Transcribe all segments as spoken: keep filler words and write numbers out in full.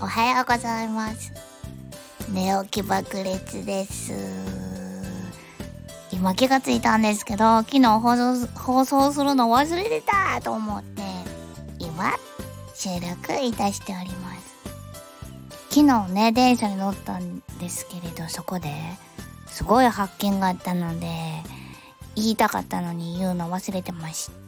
はようございます。寝起き爆裂です。今気がついたんですけど、昨日放送放送するの忘れてたと思って今収録いたしております。昨日ね、電車に乗ったんですけれど、そこですごい発見があったので言いたかったのに言うの忘れてました。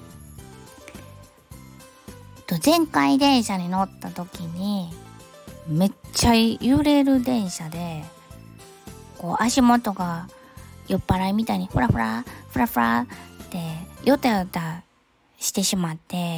と前回電車に乗った時にめっちゃ揺れる電車で、こう足元が酔っ払いみたいにフラフラフラフラってヨタヨタしてしまって、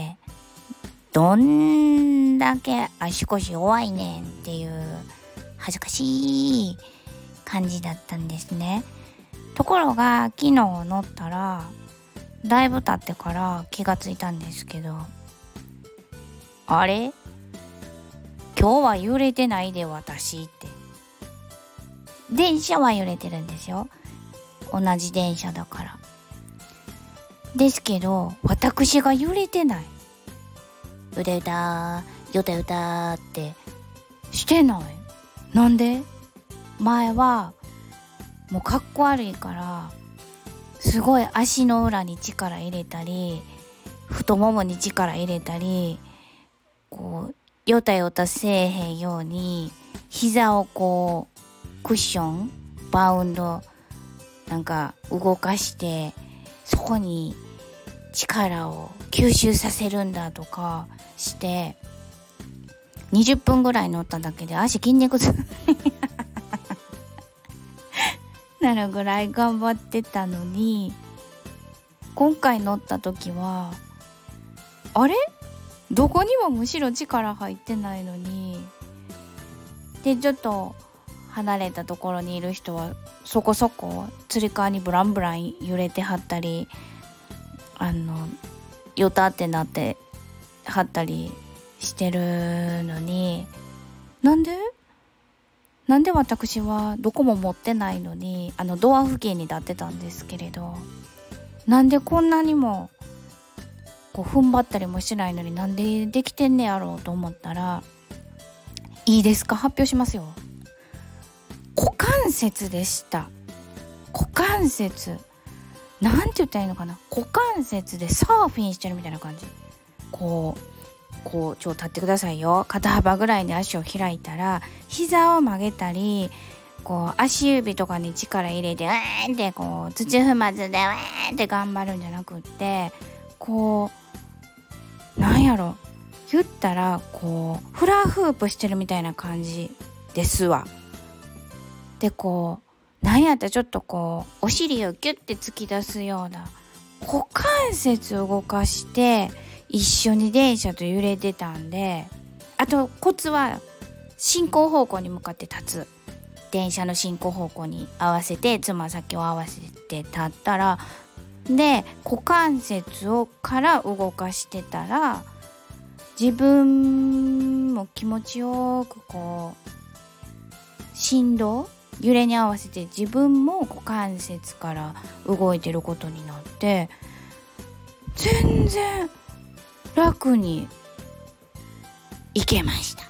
どんだけ足腰弱いねんっていう恥ずかしい感じだったんですね。ところが昨日乗ったらだいぶ経ってから気がついたんですけど、あれ今日は揺れてないで私って。電車は揺れてるんですよ、同じ電車だから。ですけど私が揺れてない。うだうだよたよたってしてない。なんで？前はもうかっこ悪いからすごい足の裏に力入れたり太ももに力入れたり、こうよたよたせえへんように膝をこうクッションバウンドなんか動かしてそこに力を吸収させるんだとかしてにじゅっぷんぐらい乗っただけで足筋肉痛なるぐらい頑張ってたのに、今回乗った時はあれどこにもむしろ力入ってないのに、でちょっと離れたところにいる人はそこそこつり革にブランブラン揺れてはったり、あのよたってなってはったりしてるのに、なんでなんで私はどこも持ってないのに、あのドア付近に立ってたんですけれど、なんでこんなにもこう踏ん張ったりもしないのになんでできてんねやろうと思ったら、いいですか、発表しますよ。股関節でした。股関節なんて言ったらいいのかな、股関節でサーフィンしてるみたいな感じ。こうこうちょっと立ってくださいよ。肩幅ぐらいに足を開いたら膝を曲げたり、こう足指とかに力入れてうーんってこう土踏まずでうーんって頑張るんじゃなくって、こうなんやろ言ったらこうフラフープしてるみたいな感じですわ。でこうなんやったらちょっとこうお尻をギュッて突き出すような股関節を動かして一緒に電車と揺れてたんで、あとコツは進行方向に向かって立つ。電車の進行方向に合わせてつま先を合わせて立ったら、で股関節をから動かしてたら自分も気持ちよくこう振動揺れに合わせて自分も股関節から動いてることになって、全然楽にいけました。